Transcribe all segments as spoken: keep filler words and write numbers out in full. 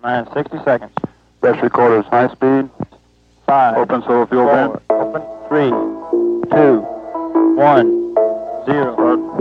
Nine, sixty seconds. Best recorders, high speed. Five. Open solo fuel vent. Open. Three, two, one, zero.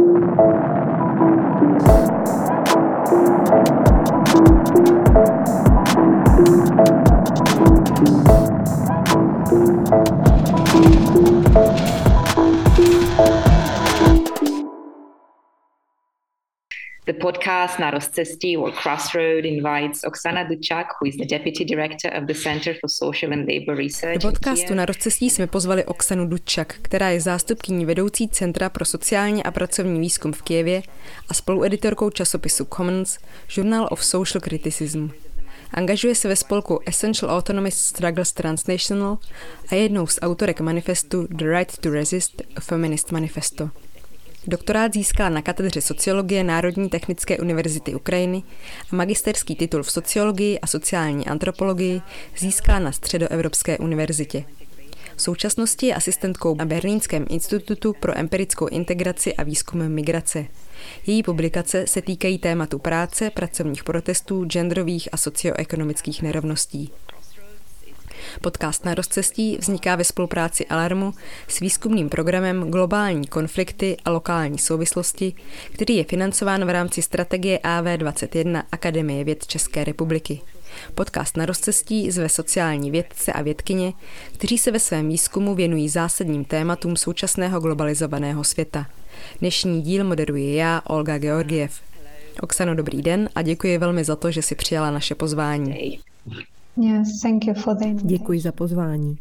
The podcast Na rozcestí or Crossroad invites Oksana Dučak, who is the Deputy Director of the Center for Social and Labor Research. Do podcastu Na rozcestí jsme pozvali Oksanu Dučak, která je zástupkyní vedoucí Centra pro sociální a pracovní výzkum v Kyjevě a spolueditorkou časopisu Commons, Journal of Social Criticism. Angažuje se ve spolku Essential Autonomist Struggles Transnational a je jednou z autorek manifestu The Right to Resist, a Feminist Manifesto. Doktorát získala na katedře sociologie Národní technické univerzity Ukrajiny a magisterský titul v sociologii a sociální antropologii získala na Středoevropské univerzitě. V současnosti je asistentkou na Berlínském institutu pro empirickou integraci a výzkum migrace. Její publikace se týkají tématu práce, pracovních protestů, genderových a socioekonomických nerovností. Podcast Na rozcestí vzniká ve spolupráci Alarmu s výzkumným programem Globální konflikty a lokální souvislosti, který je financován v rámci strategie A V dvacet jedna Akademie věd České republiky. Podcast Na rozcestí zve sociální vědce a vědkyně, kteří se ve svém výzkumu věnují zásadním tématům současného globalizovaného světa. Dnešní díl moderuji já, Olga Georgiev. Oksano, dobrý den a děkuji velmi za to, že si přijala naše pozvání. Yes, thank you for the invitation. Děkuji za pozvání.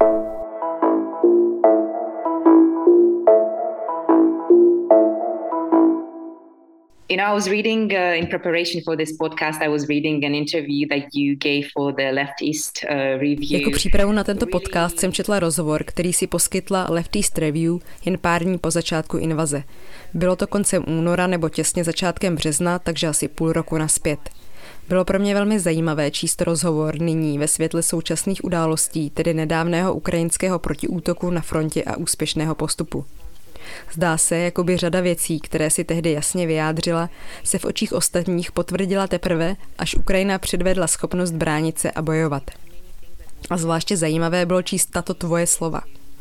You know, I was reading uh, in preparation for this podcast, I was reading an interview that you gave for the Leftist uh, Review. Jako přípravu na tento podcast jsem četla rozhovor, který si poskytla Leftist Review jen pár dní po začátku invaze. Bylo to koncem února nebo těsně začátkem března, takže asi půl roku nazpět. Bylo pro mě velmi zajímavé číst rozhovor nyní ve světle současných událostí, tedy nedávného ukrajinského protiútoku na frontě a úspěšného postupu. Zdá se, jako by řada věcí, které si tehdy jasně vyjádřila, se v očích ostatních potvrdila teprve, až Ukrajina předvedla schopnost bránit se a bojovat. A zvláště zajímavé bylo číst tato tvoje slova.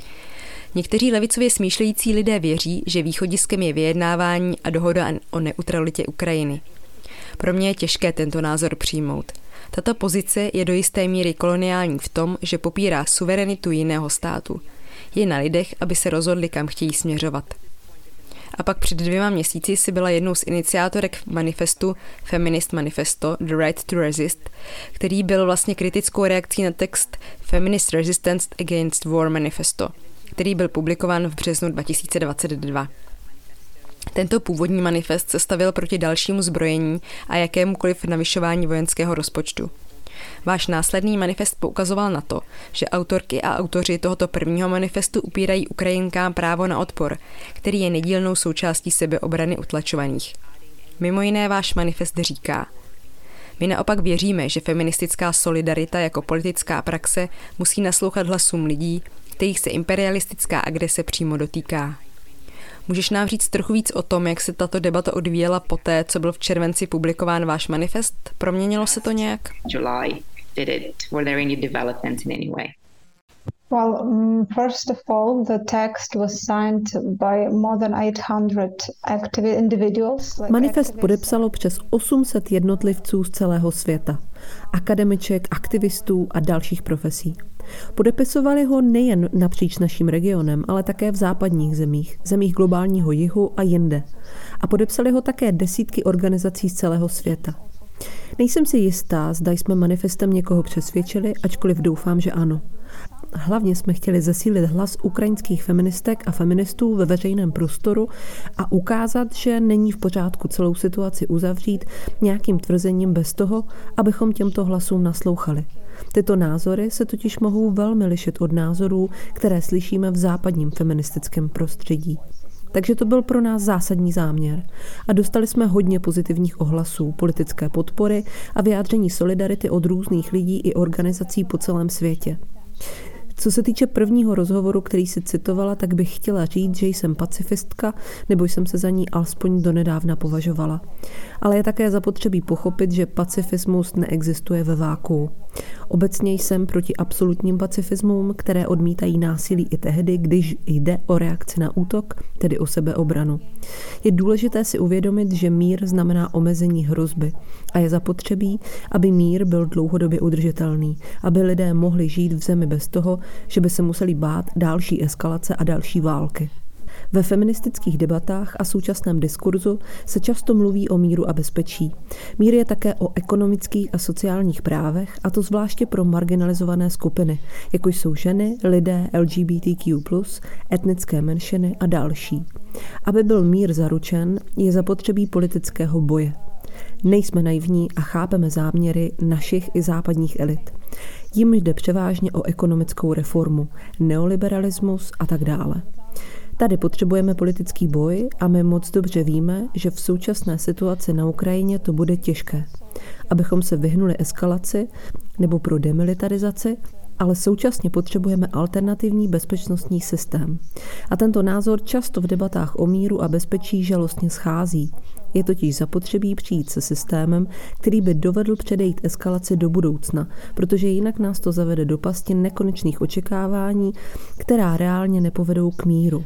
Někteří levicově smýšlející lidé věří, že východiskem je vyjednávání a dohoda o neutralitě Ukrajiny. Pro mě je těžké tento názor přijmout. Tato pozice je do jisté míry koloniální v tom, že popírá suverenitu jiného státu. Je na lidech, aby se rozhodli, kam chtějí směřovat. A pak před dvěma měsíci si byla jednou z iniciátorek manifestu Feminist Manifesto The Right to Resist, který byl vlastně kritickou reakcí na text Feminist Resistance Against War Manifesto, který byl publikován v březnu dva tisíce dvacet dva. Tento původní manifest se stavěl proti dalšímu zbrojení a jakémukoliv navyšování vojenského rozpočtu. Váš následný manifest poukazoval na to, že autorky a autoři tohoto prvního manifestu upírají Ukrajinkám právo na odpor, který je nedílnou součástí sebeobrany utlačovaných. Mimo jiné váš manifest říká: My naopak věříme, že feministická solidarita jako politická praxe musí naslouchat hlasům lidí, kterých se imperialistická agrese přímo dotýká. Můžeš nám říct trochu víc o tom, jak se tato debata odvíjela poté, co byl v červenci publikován váš manifest? Proměnilo se to nějak? July, did it? Were there any developments in any way? Well, um, first of all, the text was signed by more than eight hundred active individuals. Like Manifest podepsalo přes osm set jednotlivců z celého světa, akademiček, aktivistů a dalších profesí. Podepisovali ho nejen napříč naším regionem, ale také v západních zemích, zemích globálního jihu a jinde. A podepsali ho také desítky organizací z celého světa. Nejsem si jistá, zda jsme manifestem někoho přesvědčili, ačkoliv doufám, že ano. Hlavně jsme chtěli zesílit hlas ukrajinských feministek a feministů ve veřejném prostoru a ukázat, že není v pořádku celou situaci uzavřít nějakým tvrzením bez toho, abychom těmto hlasům naslouchali. Tyto názory se totiž mohou velmi lišit od názorů, které slyšíme v západním feministickém prostředí. Takže to byl pro nás zásadní záměr a dostali jsme hodně pozitivních ohlasů, politické podpory a vyjádření solidarity od různých lidí i organizací po celém světě. Co se týče prvního rozhovoru, který si citovala, tak bych chtěla říct, že jsem pacifistka, nebo jsem se za ní alespoň donedávna považovala. Ale je také zapotřebí pochopit, že pacifismus neexistuje ve vákuu. Obecně jsem proti absolutním pacifismům, které odmítají násilí i tehdy, když jde o reakci na útok, tedy o sebeobranu. Je důležité si uvědomit, že mír znamená omezení hrozby a je zapotřebí, aby mír byl dlouhodobě udržitelný, aby lidé mohli žít v zemi bez toho, že by se museli bát další eskalace a další války. Ve feministických debatách a současném diskurzu se často mluví o míru a bezpečí. Mír je také o ekonomických a sociálních právech, a to zvláště pro marginalizované skupiny, jako jsou ženy, lidé, L G B T Q plus, etnické menšiny a další. Aby byl mír zaručen, je zapotřebí politického boje. Nejsme naivní a chápeme záměry našich i západních elit. Jim jde převážně o ekonomickou reformu, neoliberalismus a tak dále. Tady potřebujeme politický boj a my moc dobře víme, že v současné situaci na Ukrajině to bude těžké. Abychom se vyhnuli eskalaci nebo pro demilitarizaci, ale současně potřebujeme alternativní bezpečnostní systém. A tento názor často v debatách o míru a bezpečí žalostně schází. Je totiž zapotřebí přijít se systémem, který by dovedl předejít eskalaci do budoucna, protože jinak nás to zavede do pasti nekonečných očekávání, která reálně nepovedou k míru.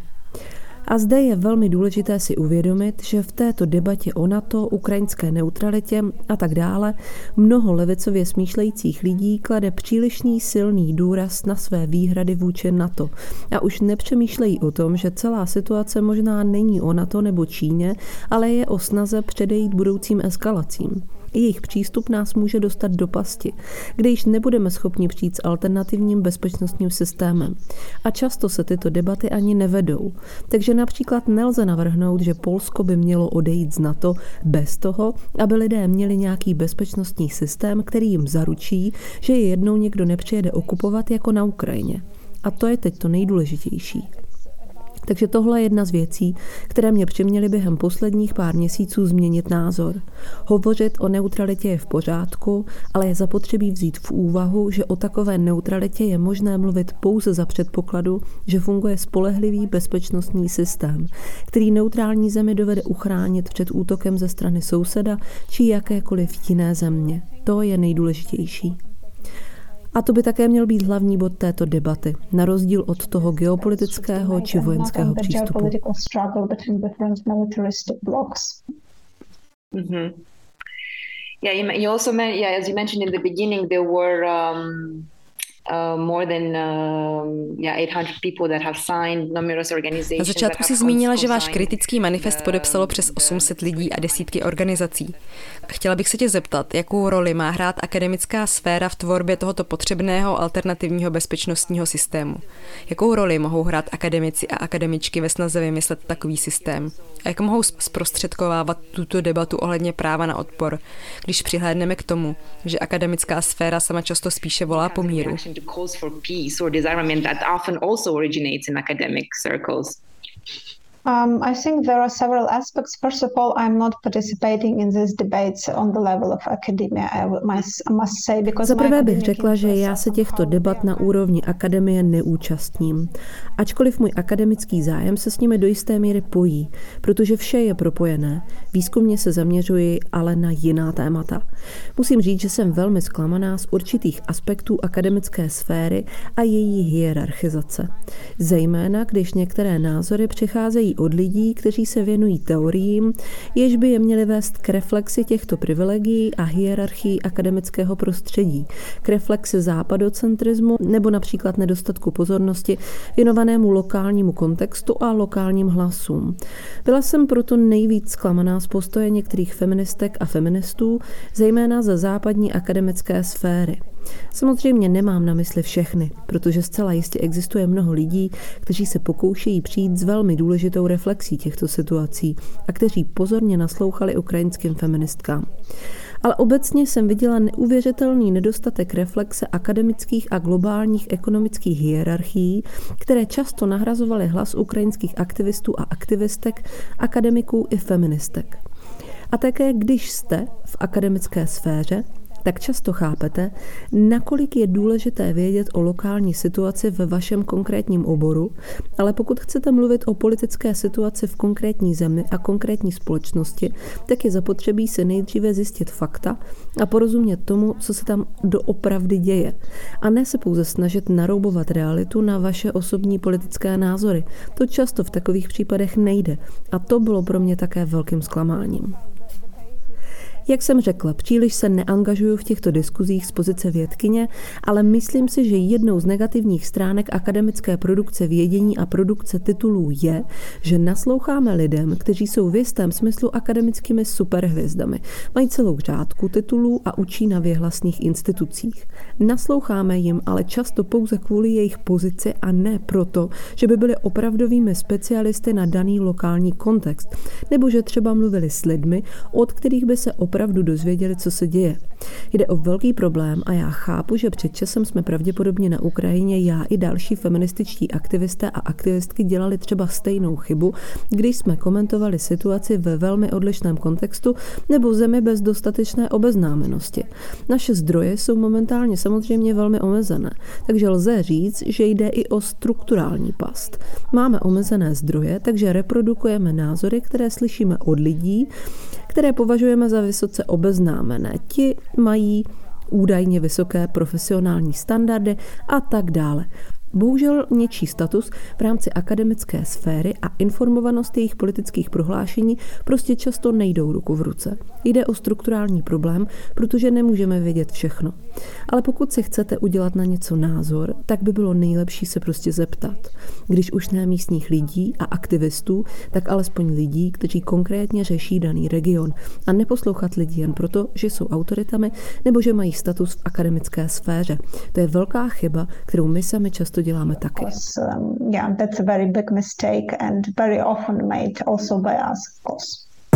A zde je velmi důležité si uvědomit, že v této debatě o NATO, ukrajinské neutralitě a tak dále mnoho levicově smýšlejících lidí klade přílišný silný důraz na své výhrady vůči NATO a už nepřemýšlejí o tom, že celá situace možná není o NATO nebo Číně, ale je o snaze předejít budoucím eskalacím. Jejich přístup nás může dostat do pasti, kde již nebudeme schopni přijít s alternativním bezpečnostním systémem. A často se tyto debaty ani nevedou. Takže například nelze navrhnout, že Polsko by mělo odejít z NATO bez toho, aby lidé měli nějaký bezpečnostní systém, který jim zaručí, že je jednou někdo nepřijede okupovat jako na Ukrajině. A to je teď to nejdůležitější. Takže tohle je jedna z věcí, které mě přiměly během posledních pár měsíců změnit názor. Hovořit o neutralitě je v pořádku, ale je zapotřebí vzít v úvahu, že o takové neutralitě je možné mluvit pouze za předpokladu, že funguje spolehlivý bezpečnostní systém, který neutrální zemi dovede uchránit před útokem ze strany souseda či jakékoliv jiné země. To je nejdůležitější. A to by také měl být hlavní bod této debaty, na rozdíl od toho geopolitického či vojenského přístupu. Mm-hmm. Yeah, you, you also meant, yeah, as you mentioned in the beginning, there were um, Uh, more than uh, yeah, eight hundred people that have signed numerous organizations. Na začátku si zmínila, že váš kritický manifest podepsalo přes osm set lidí a desítky organizací. Chtěla bych se tě zeptat, jakou roli má hrát akademická sféra v tvorbě tohoto potřebného alternativního bezpečnostního systému? Jakou roli mohou hrát akademici a akademičky ve snaze vymyslet takový systém? A jak mohou zprostředkovávat tuto debatu ohledně práva na odpor, když přihlédneme k tomu, že akademická sféra sama často spíše volá po míru? Calls for peace or disarmament that often also originates in academic circles. Um, I think there are several aspects. First of all, I'm not participating in these debates on the level of academia, I must say, because za prvé bych řekla, že já se těchto debat na úrovni akademie neúčastním. Ačkoliv můj akademický zájem se s nimi do jisté míry pojí, protože vše je propojené. Výzkumně se zaměřuji ale na jiná témata. Musím říct, že jsem velmi zklamaná z určitých aspektů akademické sféry a její hierarchizace. Zejména, když některé názory přicházejí od lidí, kteří se věnují teoriím, jež by je měly vést k reflexi těchto privilegií a hierarchii akademického prostředí, k reflexi západocentrismu nebo například nedostatku pozornosti věnovanému lokálnímu kontextu a lokálním hlasům. Byla jsem proto nejvíc zklamaná z postoje některých feministek a feministů, zejména ze západní akademické sféry. Samozřejmě nemám na mysli všechny, protože zcela jistě existuje mnoho lidí, kteří se pokoušejí přijít s velmi důležitou reflexí těchto situací a kteří pozorně naslouchali ukrajinským feministkám. Ale obecně jsem viděla neuvěřitelný nedostatek reflexe akademických a globálních ekonomických hierarchií, které často nahrazovaly hlas ukrajinských aktivistů a aktivistek, akademiků i feministek. A také když jste v akademické sféře, tak často chápete, nakolik je důležité vědět o lokální situaci ve vašem konkrétním oboru, ale pokud chcete mluvit o politické situaci v konkrétní zemi a konkrétní společnosti, tak je zapotřebí si nejdříve zjistit fakta a porozumět tomu, co se tam doopravdy děje. A ne se pouze snažit naroubovat realitu na vaše osobní politické názory. To často v takových případech nejde a to bylo pro mě také velkým zklamáním. Jak jsem řekla, příliš se neangažuju v těchto diskuzích z pozice vědkyně, ale myslím si, že jednou z negativních stránek akademické produkce vědění a produkce titulů je, že nasloucháme lidem, kteří jsou v jistém smyslu akademickými superhvězdami. Mají celou řádku titulů a učí na věhlasných institucích. Nasloucháme jim ale často pouze kvůli jejich pozici a ne proto, že by byli opravdovými specialisty na daný lokální kontext, nebo že třeba mluvili s lidmi, od kterých by se opravdu dozvěděli, co se děje. Jde o velký problém a já chápu, že před časem jsme pravděpodobně na Ukrajině já i další feminističtí aktivisté a aktivistky dělali třeba stejnou chybu, když jsme komentovali situaci ve velmi odlišném kontextu nebo zemi bez dostatečné obeznámenosti. Naše zdroje jsou momentálně samozřejmě velmi omezené, takže lze říct, že jde i o strukturální past. Máme omezené zdroje, takže reprodukujeme názory, které slyšíme od lidí, které považujeme za vysoce obeznámené. Ti mají údajně vysoké profesionální standardy a tak dále. Bohužel něčí status v rámci akademické sféry a informovanost jejich politických prohlášení prostě často nejdou ruku v ruce. Jde o strukturální problém, protože nemůžeme vědět všechno. Ale pokud si chcete udělat na něco názor, tak by bylo nejlepší se prostě zeptat. Když už ne místních lidí a aktivistů, tak alespoň lidí, kteří konkrétně řeší daný region a neposlouchat lidi jen proto, že jsou autoritami nebo že mají status v akademické sféře. To je velká chyba, kterou my sami často děláme taky. Um, yeah, that's a very big mistake and very often made also by us, of course.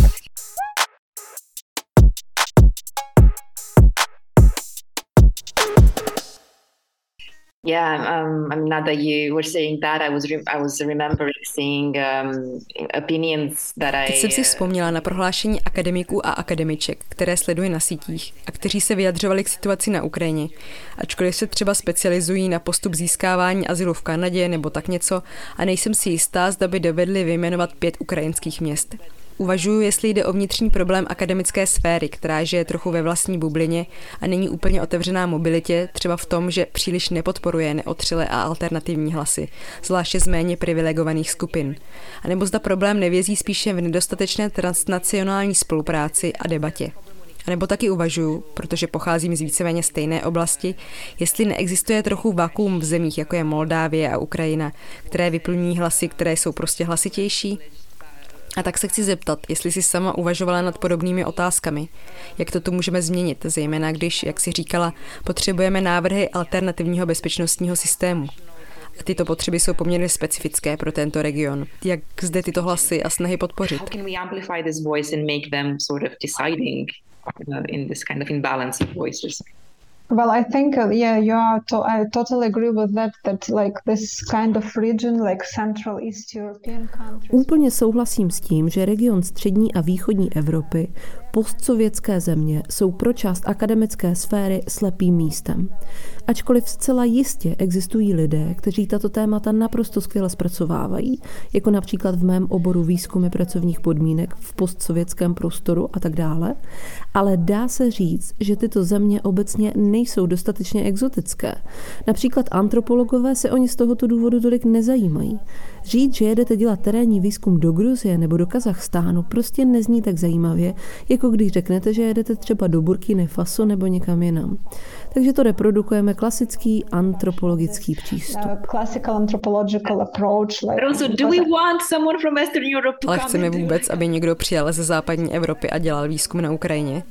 Yeah, um, I mean, now that you were saying that, I was re- I was remembering seeing um, opinions that I. Teď jsem si vzpomněla na prohlášení akademiků a akademiček, které sleduji na sítích a kteří se vyjadřovali k situaci na Ukrajině, ačkoliv se třeba specializují na postup získávání azylu v Kanadě nebo tak něco a nejsem si jistá, zda by dovedli vyjmenovat pět ukrajinských měst. Uvažuji, jestli jde o vnitřní problém akademické sféry, která žije trochu ve vlastní bublině a není úplně otevřená mobilitě, třeba v tom, že příliš nepodporuje neotřelé a alternativní hlasy, zvláště z méně privilegovaných skupin. A nebo zda problém nevězí spíše v nedostatečné transnacionální spolupráci a debatě. A nebo taky uvažuji, protože pocházím z víceméně stejné oblasti, jestli neexistuje trochu vakuum v zemích, jako je Moldávie a Ukrajina, které vyplňují hlasy, které jsou prostě hlasitější. A tak se chci zeptat, jestli jsi sama uvažovala nad podobnými otázkami. Jak to tu můžeme změnit, zejména když, jak jsi říkala, potřebujeme návrhy alternativního bezpečnostního systému. A tyto potřeby jsou poměrně specifické pro tento region. Jak zde tyto hlasy a snahy podpořit? How can we amplify this voice and make them sort of deciding in this kind of imbalance of voices? Well, I think, uh, yeah, you are to, I totally agree with that, that like this kind of region, like Central East European countries. Úplně souhlasím s tím, že region střední a východní Evropy, postsovětské země, jsou pro část akademické sféry slepým místem. Ačkoliv zcela jistě existují lidé, kteří tato témata naprosto skvěle zpracovávají, jako například v mém oboru výzkumy pracovních podmínek v postsovětském prostoru a tak dále, ale dá se říct, že tyto země obecně nejsou dostatečně exotické. Například antropologové se o ně z tohoto důvodu tolik nezajímají. Říct, že jedete dělat terénní výzkum do Gruzie nebo do Kazachstánu, prostě nezní tak zajímavě, jako když řeknete, že jedete třeba do Burkiny Faso nebo někam jinam. Takže to reprodukujeme klasický antropologický přístup. Ale chceme vůbec, aby někdo přijel ze západní Evropy a dělal výzkum na Ukrajině?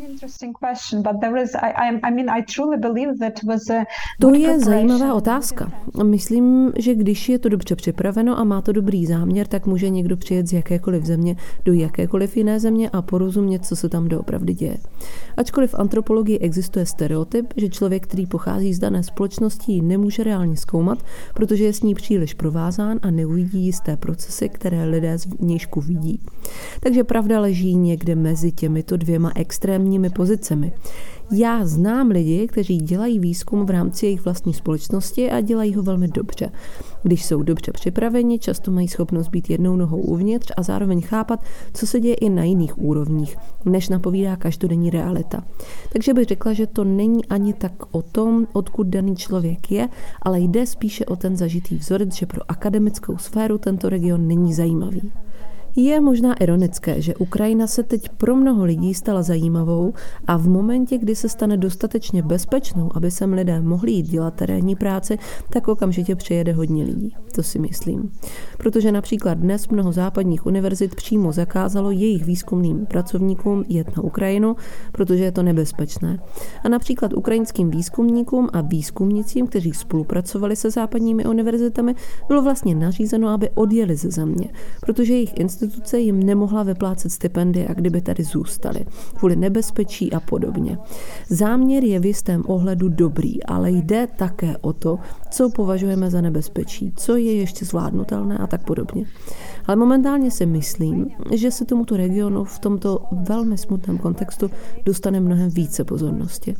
To je zajímavá otázka. Myslím, že když je to dobře připraveno a má to dobrý záměr, tak může někdo přijet z jakékoliv země do jakékoliv jiné země a porozumět, co se tam doopravdy děje. Ačkoliv v antropologii existuje stereotyp, že člověk, který pochází z dané společnosti, nemůže reálně zkoumat, protože je s ní příliš provázán a neuvidí jisté procesy, které lidé z vnějšku vidí. Takže pravda leží někde mezi těmito dvěma extrémy extrémními pozicemi. Já znám lidi, kteří dělají výzkum v rámci jejich vlastní společnosti a dělají ho velmi dobře. Když jsou dobře připraveni, často mají schopnost být jednou nohou uvnitř a zároveň chápat, co se děje i na jiných úrovních, než napovídá každodenní realita. Takže bych řekla, že to není ani tak o tom, odkud daný člověk je, ale jde spíše o ten zažitý vzorec, že pro akademickou sféru tento region není zajímavý. Je možná ironické, že Ukrajina se teď pro mnoho lidí stala zajímavou a v momentě, kdy se stane dostatečně bezpečnou, aby sem lidé mohli jít dělat terénní práci, tak okamžitě přijede hodně lidí. To si myslím. Protože například dnes mnoho západních univerzit přímo zakázalo jejich výzkumným pracovníkům jet na Ukrajinu, protože je to nebezpečné. A například ukrajinským výzkumníkům a výzkumnicím, kteří spolupracovali se západními univerzitami, bylo vlastně nařízeno, aby odjeli ze země, protože jejich instituce jim nemohla vyplácet stipendia, kdyby tady zůstali, kvůli nebezpečí a podobně. Záměr je v jistém ohledu dobrý, ale jde také o to, co považujeme za nebezpečí, co je ještě zvládnutelné a tak podobně. Ale momentálně si myslím, že se tomuto regionu v tomto velmi smutném kontextu dostane mnohem více pozornosti.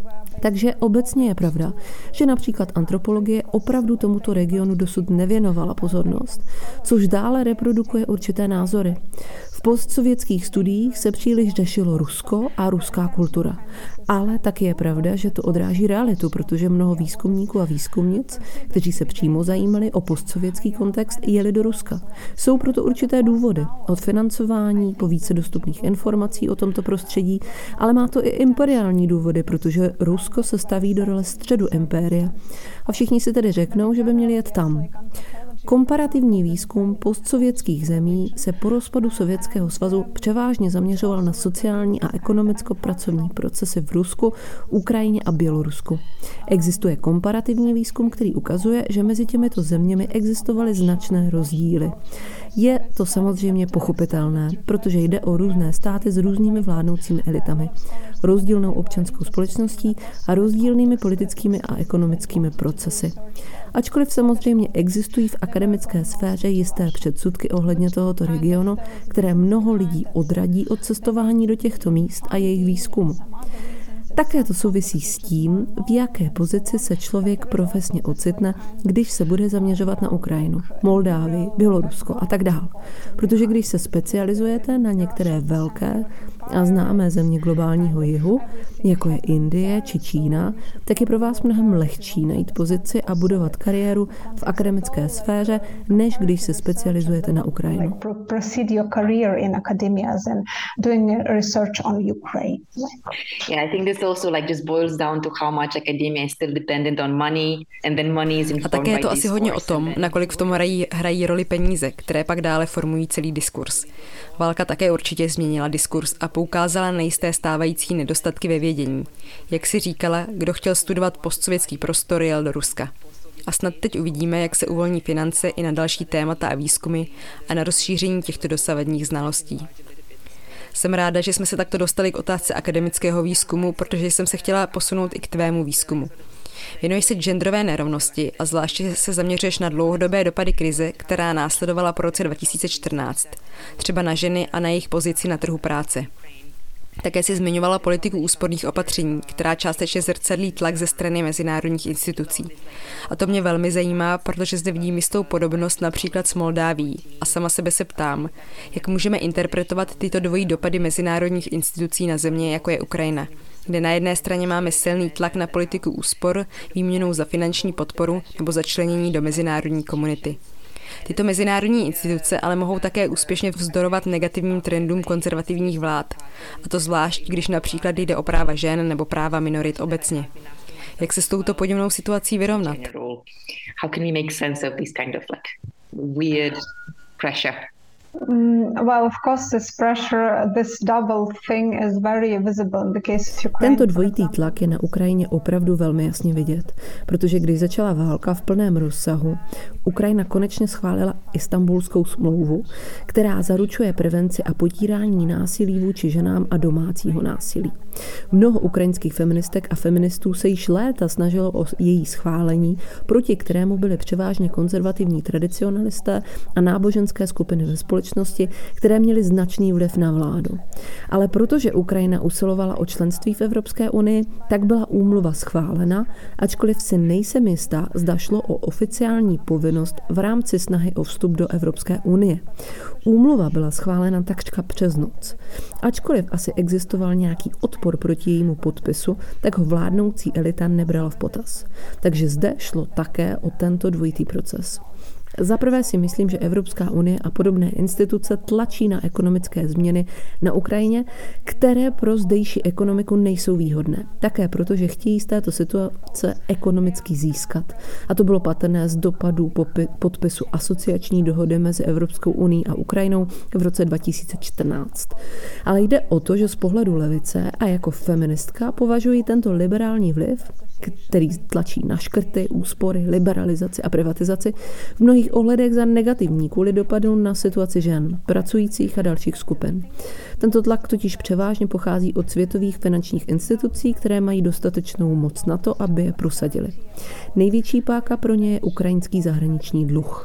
Takže obecně je pravda, že například antropologie opravdu tomuto regionu dosud nevěnovala pozornost, což dále reprodukuje určité názory. V postsovětských studiích se příliš řešilo Rusko a ruská kultura. Ale taky je pravda, že to odráží realitu, protože mnoho výzkumníků a výzkumnic, kteří se přímo zajímali o postsovětský kontext, jeli do Ruska. Jsou proto určité důvody, od financování po více dostupných informací o tomto prostředí, ale má to i imperiální důvody, protože Rusko se staví do role středu impéria. A všichni si tedy řeknou, že by měli jet tam. Komparativní výzkum postsovětských zemí se po rozpadu Sovětského svazu převážně zaměřoval na sociální a ekonomicko-pracovní procesy v Rusku, Ukrajině a Bělorusku. Existuje komparativní výzkum, který ukazuje, že mezi těmito zeměmi existovaly značné rozdíly. Je to samozřejmě pochopitelné, protože jde o různé státy s různými vládnoucími elitami, rozdílnou občanskou společností a rozdílnými politickými a ekonomickými procesy. Ačkoliv samozřejmě existují v akademické sféře jisté předsudky ohledně tohoto regionu, které mnoho lidí odradí od cestování do těchto míst a jejich výzkumu. Také to souvisí s tím, v jaké pozici se člověk profesně ocitne, když se bude zaměřovat na Ukrajinu, Moldávii, Bělorusko a tak dále. Protože když se specializujete na některé velké a známé země globálního jihu, jako je Indie či Čína, tak je pro vás mnohem lehčí najít pozici a budovat kariéru v akademické sféře, než když se specializujete na Ukrajinu. Proceed your career in academia and doing research on Ukraine. Yeah, I think this also like just boils down to how much academia is still dependent on money and then money is informed. A také je to by asi hodně o tom, nakolik v tom hrají, hrají roli peníze, které pak dále formují celý diskurs. Válka také určitě změnila diskurs a poukázala na jisté stávající nedostatky ve vědění. Jak si říkala, kdo chtěl studovat postsovětský prostor, jel do Ruska. A snad teď uvidíme, jak se uvolní finance i na další témata a výzkumy a na rozšíření těchto dosavadních znalostí. Jsem ráda, že jsme se takto dostali k otázce akademického výzkumu, protože jsem se chtěla posunout i k tvému výzkumu. Věnuješ se genderové nerovnosti a zvláště se zaměřuješ na dlouhodobé dopady krize, která následovala po roce dva tisíce čtrnáct, třeba na ženy a na jejich pozici na trhu práce. Také si zmiňovala politiku úsporných opatření, která částečně zrcadlí tlak ze strany mezinárodních institucí. A to mě velmi zajímá, protože zde vidím jistou podobnost například s Moldávií. A sama sebe se ptám, jak můžeme interpretovat tyto dvojí dopady mezinárodních institucí na země, jako je Ukrajina, kde na jedné straně máme silný tlak na politiku úspor, výměnou za finanční podporu nebo začlenění do mezinárodní komunity. Tyto mezinárodní instituce ale mohou také úspěšně vzdorovat negativním trendům konzervativních vlád. A to zvlášť, když například jde o práva žen nebo práva minorit obecně. Jak se s touto podivnou situací vyrovnat? How can we make sense of this kind of like weird pressure? Well, of course, this pressure, this double thing is very visible in the case of Ukraine. Tento dvojitý tlak je na Ukrajině opravdu velmi jasně vidět, protože když začala válka v plném rozsahu, Ukrajina konečně schválila Istanbulskou smlouvu, která zaručuje prevenci a potírání násilí vůči ženám a domácího násilí. Mnoho ukrajinských feministek a feministů se již léta snažilo o její schválení, proti kterému byly převážně konzervativní tradicionalisté a náboženské skupiny ve společnosti, které měly značný vliv na vládu. Ale protože Ukrajina usilovala o členství v Evropské unii, tak byla úmluva schválena, ačkoliv si nejsem jistá, zda šlo o oficiální povinnost v rámci snahy o vstup do Evropské unie. Úmluva byla schválena takřka přes noc. Ačkoliv asi existoval nějaký odpor proti jejímu podpisu, tak ho vládnoucí elita nebrala v potaz. Takže zde šlo také o tento dvojitý proces. Za prvé si myslím, že Evropská unie a podobné instituce tlačí na ekonomické změny na Ukrajině, které pro zdejší ekonomiku nejsou výhodné. Také proto, že chtějí z této situace ekonomicky získat. A to bylo patrné z dopadů podpisu asociační dohody mezi Evropskou unií a Ukrajinou v roce dva tisíce čtrnáct. Ale jde o to, že z pohledu levice a jako feministka považuji tento liberální vliv, který tlačí na škrty, úspory, liberalizaci a privatizaci, v mnohých ohledech za negativní kvůli dopadu na situaci žen, pracujících a dalších skupin. Tento tlak totiž převážně pochází od světových finančních institucí, které mají dostatečnou moc na to, aby je prosadily. Největší páka pro ně je ukrajinský zahraniční dluh.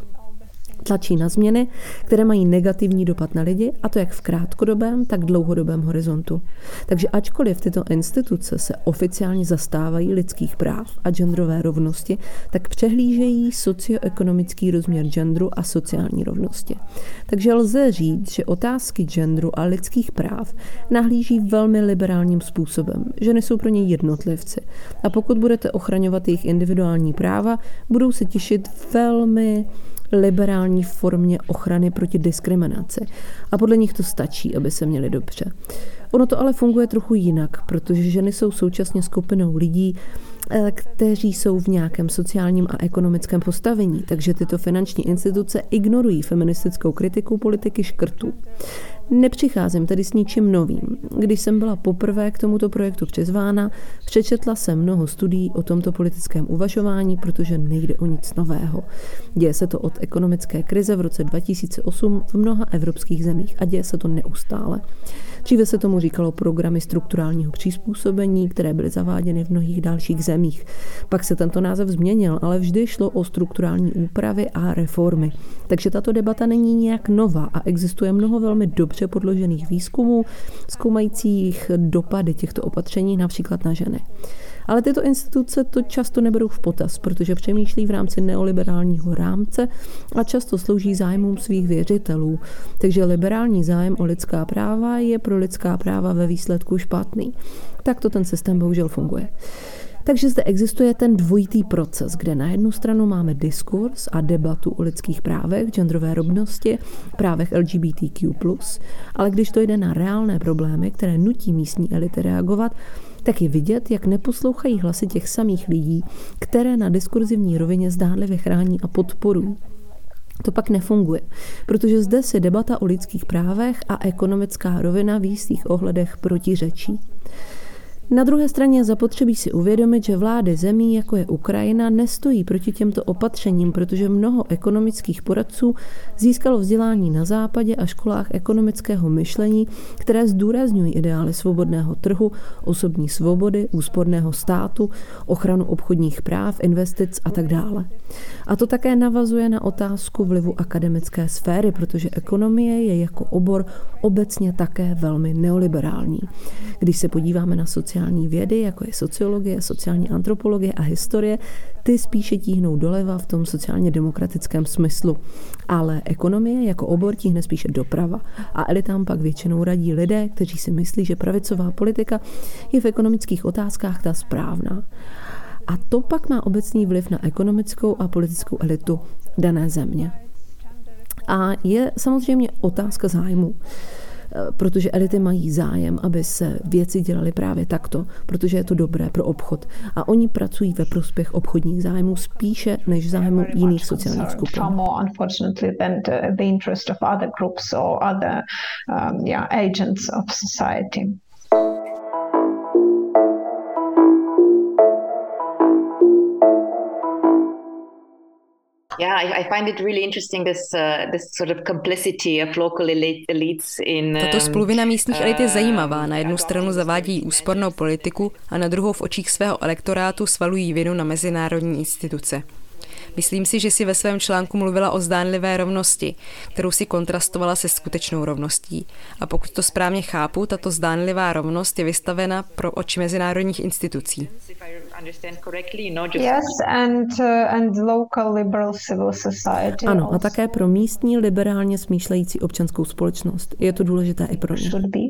Tlačí na změny, které mají negativní dopad na lidi, a to jak v krátkodobém, tak dlouhodobém horizontu. Takže ačkoliv tyto instituce se oficiálně zastávají lidských práv a genderové rovnosti, tak přehlížejí socioekonomický rozměr genderu a sociální rovnosti. Takže lze říct, že otázky genderu a lidských práv nahlíží velmi liberálním způsobem. Ženy jsou pro ně jednotlivci. A pokud budete ochraňovat jejich individuální práva, budou se těšit velmi liberální formě ochrany proti diskriminaci. A podle nich to stačí, aby se měli dobře. Ono to ale funguje trochu jinak, protože ženy jsou současně skupinou lidí, kteří jsou v nějakém sociálním a ekonomickém postavení, takže tyto finanční instituce ignorují feministickou kritiku politiky škrtů. Nepřicházím tedy s ničím novým. Když jsem byla poprvé k tomuto projektu přizvána, přečetla jsem mnoho studií o tomto politickém uvažování, protože nejde o nic nového. Děje se to od ekonomické krize v roce dva tisíce osm v mnoha evropských zemích a děje se to neustále. Dříve se tomu říkalo programy strukturálního přizpůsobení, které byly zaváděny v mnohých dalších zemích. Pak se tento název změnil, ale vždy šlo o strukturální úpravy a reformy. Takže tato debata není nějak nová a existuje mnoho velmi dobře podložených výzkumů, zkoumajících dopady těchto opatření například na ženy. Ale tyto instituce to často neberou v potaz, protože přemýšlí v rámci neoliberálního rámce a často slouží zájmům svých věřitelů. Takže liberální zájem o lidská práva je pro lidská práva ve výsledku špatný. Takto ten systém bohužel funguje. Takže zde existuje ten dvojitý proces, kde na jednu stranu máme diskurs a debatu o lidských právech, genderové rovnosti, právech L G B T Q plus, ale když to jde na reálné problémy, které nutí místní elity reagovat, tak je vidět, jak neposlouchají hlasy těch samých lidí, které na diskurzivní rovině zdánlivě chrání a podporují. To pak nefunguje, protože zde si debata o lidských právech a ekonomická rovina v jistých ohledech protiřečí. Na druhé straně zapotřebí si uvědomit, že vlády zemí, jako je Ukrajina, nestojí proti těmto opatřením, protože mnoho ekonomických poradců získalo vzdělání na západě a školách ekonomického myšlení, které zdůrazňují ideály svobodného trhu, osobní svobody, úsporného státu, ochranu obchodních práv, investic a tak dále. A to také navazuje na otázku vlivu akademické sféry, protože ekonomie je jako obor obecně také velmi neoliberální. Když se podíváme na sociální vědy, jako je sociologie, sociální antropologie a historie, ty spíše tíhnou doleva v tom sociálně demokratickém smyslu. Ale ekonomie jako obor tíhne spíše doprava. A elitám pak většinou radí lidé, kteří si myslí, že pravicová politika je v ekonomických otázkách ta správná. A to pak má obecný vliv na ekonomickou a politickou elitu dané země. A je samozřejmě otázka zájmu, protože elity mají zájem, aby se věci dělaly právě takto, protože je to dobré pro obchod. A oni pracují ve prospěch obchodních zájmů spíše než zájmu jiných sociálních skupin. Yeah, I, I find it really interesting this uh, this sort of complicity of local elites in. Tato spoluvina místních elit je zajímavá. Na jednu stranu zavádí úspornou politiku a na druhou v očích svého elektorátu svalují vinu na mezinárodní instituce. Myslím si, že si ve svém článku mluvila o zdánlivé rovnosti, kterou si kontrastovala se skutečnou rovností. A pokud to správně chápu, tato zdánlivá rovnost je vystavena pro oči mezinárodních institucí. Yes, and, uh, and local liberal civil society. Ano, a také pro místní liberálně smýšlející občanskou společnost. Je to důležité i pro ně.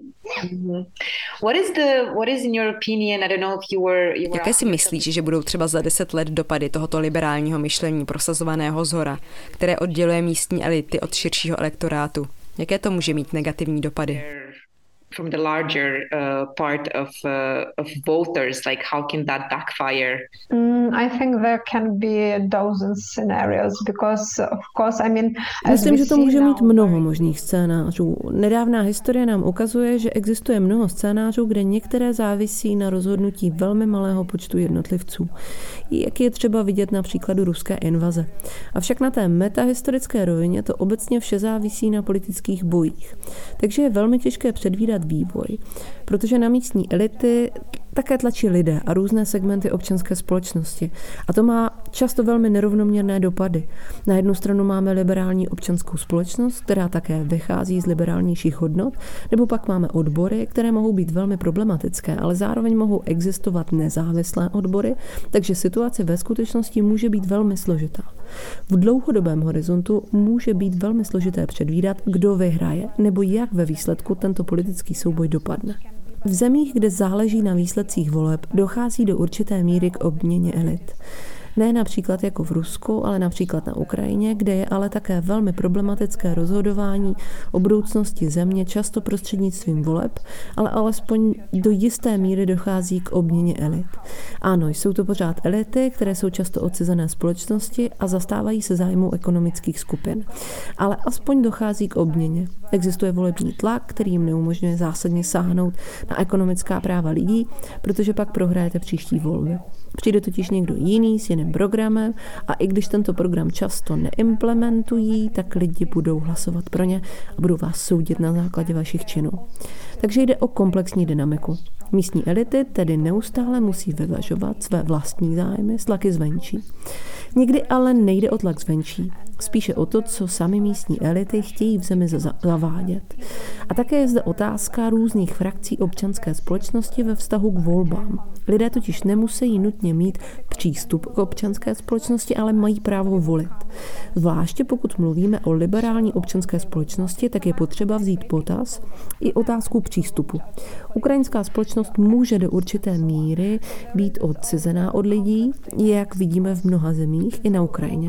Jaké si myslíš, že budou třeba za deset let dopady tohoto liberálního myšlení prosazovaného zhora, které odděluje místní elity od širšího elektorátu? Jaké to může mít negativní dopady? From the larger uh, part of uh, of voters, like how can that backfire? Mm, I think there can be a dozen scenarios because of course I mean Myslím, že to může mít mnoho možných scénářů. Nedávná historie nám ukazuje, že existuje mnoho scénářů, kde některé závisí na rozhodnutí velmi malého počtu jednotlivců. Jak je třeba vidět na příkladu ruské invaze. Avšak na té metahistorické rovině to obecně vše závisí na politických bojích. Takže je velmi těžké předvídat vývoj, protože na místní elity také tlačí lidé a různé segmenty občanské společnosti. A to má často velmi nerovnoměrné dopady. Na jednu stranu máme liberální občanskou společnost, která také vychází z liberálnějších hodnot, nebo pak máme odbory, které mohou být velmi problematické, ale zároveň mohou existovat nezávislé odbory, takže situace ve skutečnosti může být velmi složitá. V dlouhodobém horizontu může být velmi složité předvídat, kdo vyhraje, nebo jak ve výsledku tento politický souboj dopadne. V zemích, kde záleží na výsledcích voleb, dochází do určité míry k obměně elit. Ne například jako v Rusku, ale například na Ukrajině, kde je ale také velmi problematické rozhodování o budoucnosti země, často prostřednictvím voleb, ale alespoň do jisté míry dochází k obměně elit. Ano, jsou to pořád elity, které jsou často odcizené společnosti a zastávají se zájmu ekonomických skupin. Ale aspoň dochází k obměně. Existuje volební tlak, který jim neumožňuje zásadně sáhnout na ekonomická práva lidí, protože pak prohrajete příští volby. Přijde totiž někdo jiný s jiným programem a i když tento program často neimplementují, tak lidi budou hlasovat pro ně a budou vás soudit na základě vašich činů. Takže jde o komplexní dynamiku. Místní elity tedy neustále musí vyvažovat své vlastní zájmy s tlaky zvenčí. Někdy ale nejde o tlak zvenčí, spíše o to, co sami místní elity chtějí v zemi zavádět. A také je zde otázka různých frakcí občanské společnosti ve vztahu k volbám. Lidé totiž nemusí nutně mít přístup k občanské společnosti, ale mají právo volit. Zvláště pokud mluvíme o liberální občanské společnosti, tak je potřeba vzít potaz i otázku přístupu. Ukrajinská společnost může do určité míry být odcizená od lidí, jak vidíme v mnoha zemích i na Ukrajině.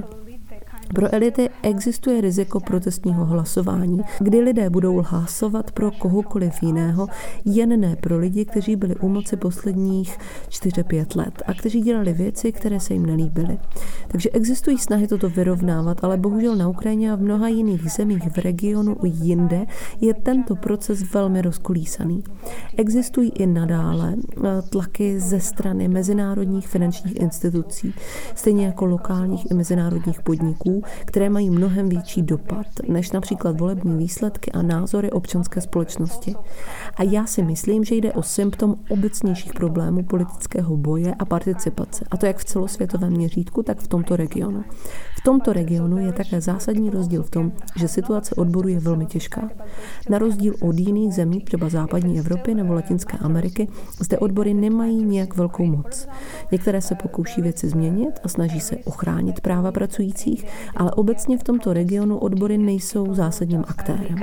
Pro elity existuje riziko protestního hlasování, kdy lidé budou hlasovat pro kohokoliv jiného, jen ne pro lidi, kteří byli u moci posledních čtyři pět let a kteří dělali věci, které se jim nelíbily. Takže existují snahy toto vyrovnávat, ale bohužel na Ukrajině a v mnoha jiných zemích v regionu i jinde je tento proces velmi rozkolísaný. Existují i nadále tlaky ze strany mezinárodních finančních institucí, stejně jako lokálních i mezinárodních podniků, které mají mnohem větší dopad než například volební výsledky a názory občanské společnosti. A já si myslím, že jde o symptom obecnějších problémů politického boje a participace, a to jak v celosvětovém měřítku, tak v tomto regionu. V tomto regionu je také zásadní rozdíl v tom, že situace odboru je velmi těžká. Na rozdíl od jiných zemí, třeba západní Evropy nebo Latinské Ameriky, zde odbory nemají nějak velkou moc. Některé se pokouší věci změnit a snaží se ochránit práva pracujících, ale obecně v tomto regionu odbory nejsou zásadním aktérem.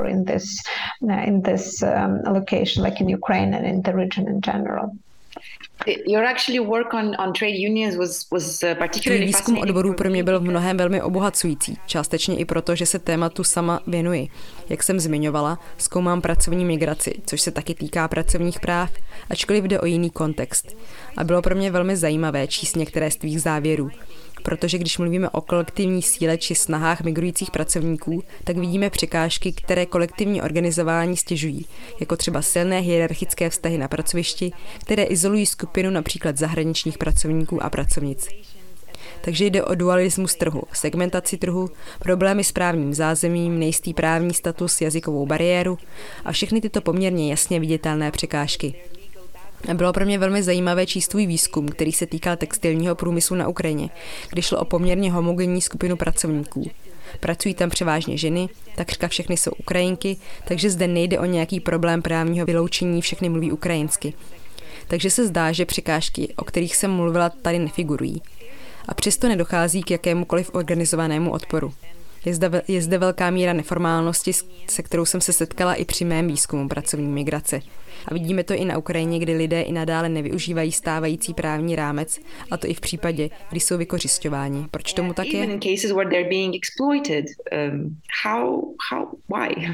Tvůj výzkum odborů pro mě byl v mnohém velmi obohacující, částečně i proto, že se tématu sama věnuji. Jak jsem zmiňovala, zkoumám pracovní migraci, což se taky týká pracovních práv, ačkoliv jde o jiný kontext. A bylo pro mě velmi zajímavé číst některé z tvých závěrů, protože když mluvíme o kolektivní síle či snahách migrujících pracovníků, tak vidíme překážky, které kolektivní organizování stěžují, jako třeba silné hierarchické vztahy na pracovišti, které izolují skupinu například zahraničních pracovníků a pracovnic. Takže jde o dualismus trhu, segmentaci trhu, problémy s právním zázemím, nejistý právní status, jazykovou bariéru a všechny tyto poměrně jasně viditelné překážky. Bylo pro mě velmi zajímavé číst tvůj výzkum, který se týkal textilního průmyslu na Ukrajině, kdy šlo o poměrně homogenní skupinu pracovníků. Pracují tam převážně ženy, takřka všechny jsou Ukrajinky, takže zde nejde o nějaký problém právního vyloučení, všechny mluví ukrajinsky. Takže se zdá, že překážky, o kterých jsem mluvila, tady nefigurují. A přesto nedochází k jakémukoliv organizovanému odporu. Je zde, je zde velká míra neformálnosti, se kterou jsem se setkala i při mém výzkumu pracovní migrace. A vidíme to i na Ukrajině, kdy lidé i nadále nevyužívají stávající právní rámec, a to i v případě, kdy jsou vykořisťováni. Proč tomu tak je? Even in cases where they're being exploited, um, how, how, why?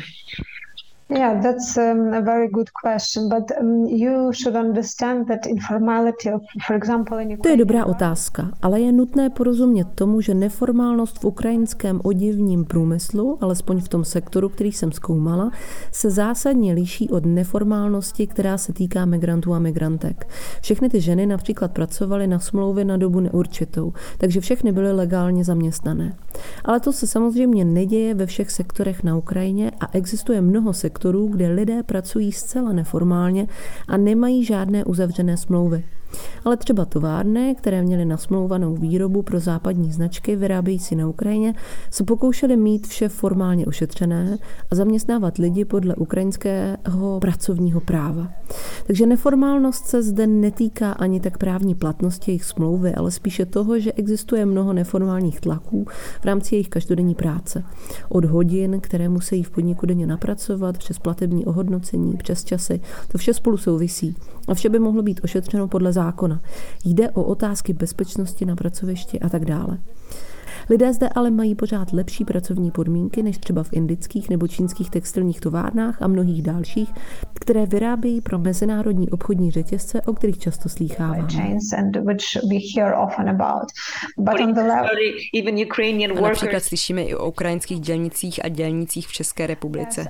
Yeah, that's um, a very good question, but um, you should understand that informality of, for example, in Ukraine. To je dobrá otázka, ale je nutné porozumět tomu, že neformálnost v ukrajinském oděvním průmyslu, alespoň v tom sektoru, který jsem zkoumala, se zásadně liší od neformálnosti, která se týká migrantů a migrantek. Všechny ty ženy například pracovaly na smlouvy na dobu neurčitou, takže všechny byly legálně zaměstnané. Ale to se samozřejmě neděje ve všech sektorech na Ukrajině a existuje mnoho sektorů, kde lidé pracují zcela neformálně a nemají žádné uzavřené smlouvy. Ale třeba továrny, které měly nasmlouvanou výrobu pro západní značky vyrábějící na Ukrajině, se pokoušely mít vše formálně ošetřené a zaměstnávat lidi podle ukrajinského pracovního práva. Takže neformálnost se zde netýká ani tak právní platnosti jejich smlouvy, ale spíše toho, že existuje mnoho neformálních tlaků v rámci jejich každodenní práce. Od hodin, které musí v podniku denně napracovat, přes platební ohodnocení, přes časy, to vše spolu souvisí. A vše by mohlo být ošetřeno podle zákona. Jde o otázky bezpečnosti na pracovišti a tak dále. Lidé zde ale mají pořád lepší pracovní podmínky než třeba v indických nebo čínských textilních továrnách a mnohých dalších, které vyrábějí pro mezinárodní obchodní řetězce, o kterých často slýcháváme. A například slyšíme i o ukrajinských dělnicích a dělnicích v České republice.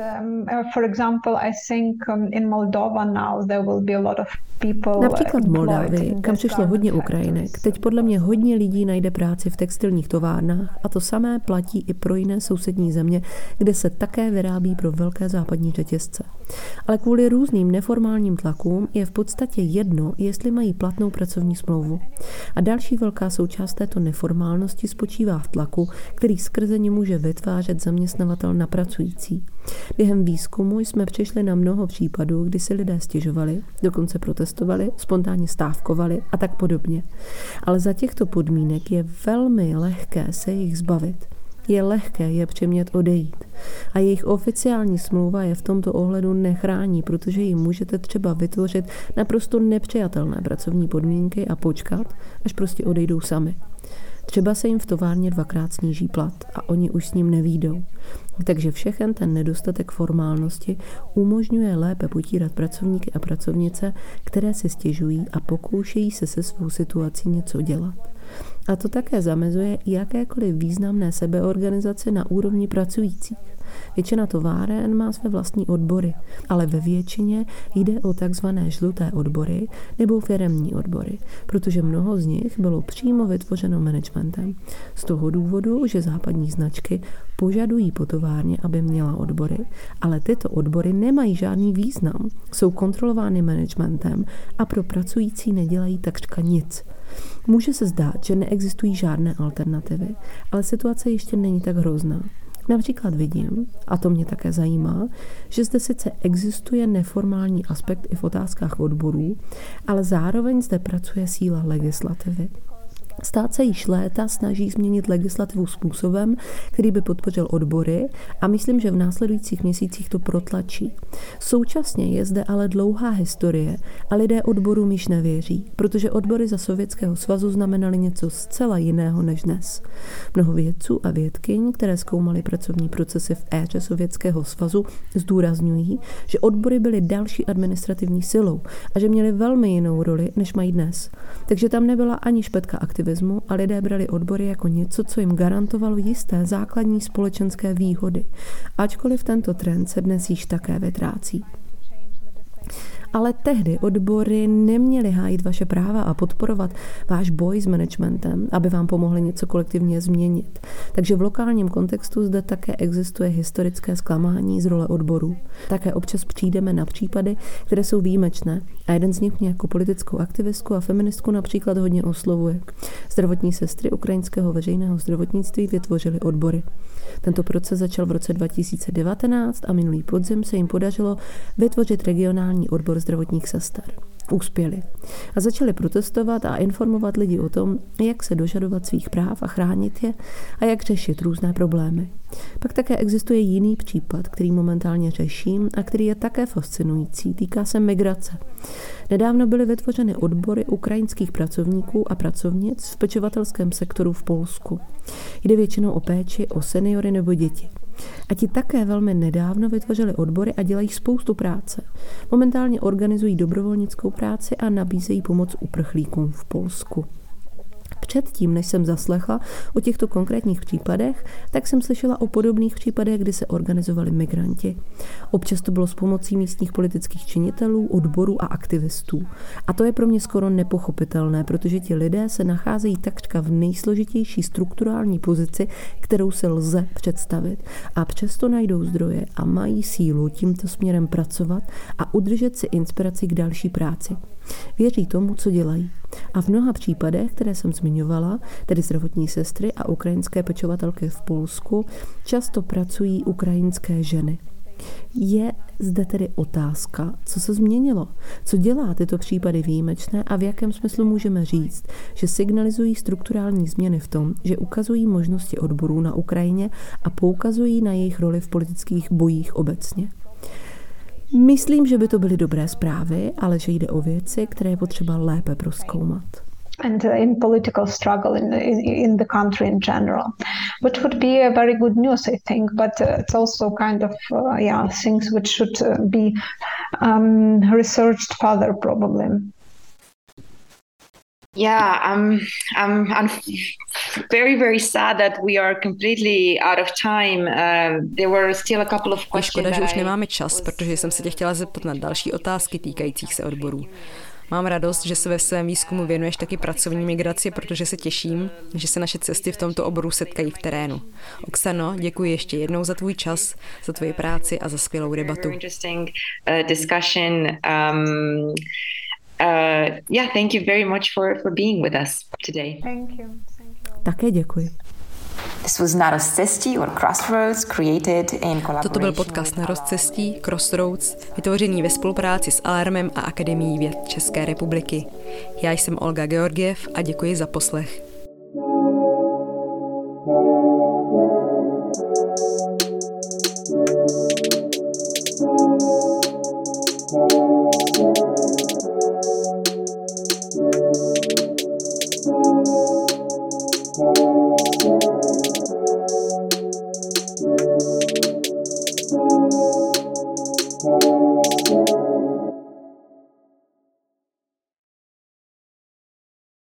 Například v Moldávii, kam přišlo hodně Ukrajinek, teď podle mě hodně lidí najde práci v textilních továrnách a to samé platí i pro jiné sousední země, kde se také vyrábí pro velké západní řetězce. Ale kvůli různým neformálním tlakům je v podstatě jedno, jestli mají platnou pracovní smlouvu. A další velká součást této neformálnosti spočívá v tlaku, který skrze ně může vytvářet zaměstnavatel na pracující. Během výzkumu jsme přišli na mnoho případů, kdy si lidé stěžovali, dokonce protestovali, spontánně stávkovali a tak podobně. Ale za těchto podmínek je velmi lehké se jich zbavit. Je lehké je přimět odejít. A jejich oficiální smlouva je v tomto ohledu nechrání, protože jim můžete třeba vytvořit naprosto nepřijatelné pracovní podmínky a počkat, až prostě odejdou sami. Třeba se jim v továrně dvakrát sníží plat a oni už s ním nevídou. Takže všechen ten nedostatek formálnosti umožňuje lépe potírat pracovníky a pracovnice, které si stěžují a pokoušejí se se svou situací něco dělat. A to také zamezuje jakékoliv významné sebeorganizace na úrovni pracujících. Většina továren má své vlastní odbory, ale ve většině jde o takzvané žluté odbory nebo firemní odbory, protože mnoho z nich bylo přímo vytvořeno managementem. Z toho důvodu, že západní značky požadují po továrně, aby měla odbory, ale tyto odbory nemají žádný význam, jsou kontrolovány managementem a pro pracující nedělají takřka nic. Může se zdát, že neexistují žádné alternativy, ale situace ještě není tak hrozná. Například vidím, a to mě také zajímá, že zde sice existuje neformální aspekt i v otázkách odborů, ale zároveň zde pracuje síla legislativy. Stát se již léta snaží změnit legislativu způsobem, který by podpořil odbory a myslím, že v následujících měsících to protlačí. Současně je zde ale dlouhá historie a lidé odborům již nevěří, protože odbory za Sovětského svazu znamenaly něco zcela jiného než dnes. Mnoho vědců a vědkyň, které zkoumaly pracovní procesy v éře Sovětského svazu, zdůrazňují, že odbory byly další administrativní silou a že měly velmi jinou roli, než mají dnes. Takže tam nebyla ani špetka aktivismu a lidé brali odbory jako něco, co jim garantovalo jisté základní společenské výhody, ačkoliv tento trend se dnes již také vytrácí. Ale tehdy odbory neměly hájit vaše práva a podporovat váš boj s managementem, aby vám pomohli něco kolektivně změnit. Takže v lokálním kontextu zde také existuje historické zklamání z role odborů. Také občas přijdeme na případy, které jsou výjimečné a jeden z nich mě jako politickou aktivistku a feministku například hodně oslovuje. Zdravotní sestry ukrajinského veřejného zdravotnictví vytvořily odbory. Tento proces začal v roce dva tisíce devatenáct a minulý podzim se jim podařilo vytvořit regionální odbor zdravotních sester. Uspěli a začali protestovat a informovat lidi o tom, jak se dožadovat svých práv a chránit je a jak řešit různé problémy. Pak také existuje jiný případ, který momentálně řeším a který je také fascinující. Týká se migrace. Nedávno byly vytvořeny odbory ukrajinských pracovníků a pracovnic v pečovatelském sektoru v Polsku. Jde většinou o péči, o seniory nebo děti. A ti také velmi nedávno vytvořili odbory a dělají spoustu práce. Momentálně organizují dobrovolnickou práci a nabízejí pomoc uprchlíkům v Polsku. Předtím, než jsem zaslechla o těchto konkrétních případech, tak jsem slyšela o podobných případech, kdy se organizovali migranti. Občas to bylo s pomocí místních politických činitelů, odborů a aktivistů. A to je pro mě skoro nepochopitelné, protože ti lidé se nacházejí takřka v nejsložitější strukturální pozici, kterou se lze představit. A přesto najdou zdroje a mají sílu tímto směrem pracovat a udržet si inspiraci k další práci. Věří tomu, co dělají. A v mnoha případech, které jsem zmiňovala, tedy zdravotní sestry a ukrajinské pečovatelky v Polsku, často pracují ukrajinské ženy. Je zde tedy otázka, co se změnilo, co dělá tyto případy výjimečné a v jakém smyslu můžeme říct, že signalizují strukturální změny v tom, že ukazují možnosti odborů na Ukrajině a poukazují na jejich roli v politických bojích obecně. Myslím, že by to byly dobré zprávy, ale že jde o věci, které je potřeba lépe prozkoumat. And uh, in political struggle in, in in the country in general, which would be a very good news, I think. But uh, it's also kind of uh, yeah things which should uh, be um, researched further, probably. Yeah, I'm, I'm, I'm very, very sad that we are completely out of time. Uh, there were still a couple of questions. Je škoda, že už nemáme čas, protože jsem se tě chtěla zeptat na další otázky týkajících se odborů. Mám radost, že se ve svém výzkumu věnuješ taky pracovní migraci, protože se těším, že se naše cesty v tomto oboru setkají v terénu. Oksano, děkuji ještě jednou za tvůj čas, za tvoji práci a za skvělou debatu. Uh, yeah, thank you very much for, for being with us today. Thank you. Thank you. Také děkuji. This was Na rozcestí or Crossroads, created in collaboration. Toto byl podcast Na rozcestí, Crossroads, vytvořený ve spolupráci s Alarmem a Akademií věd České republiky. Já jsem Olga Georgiev a děkuji za poslech.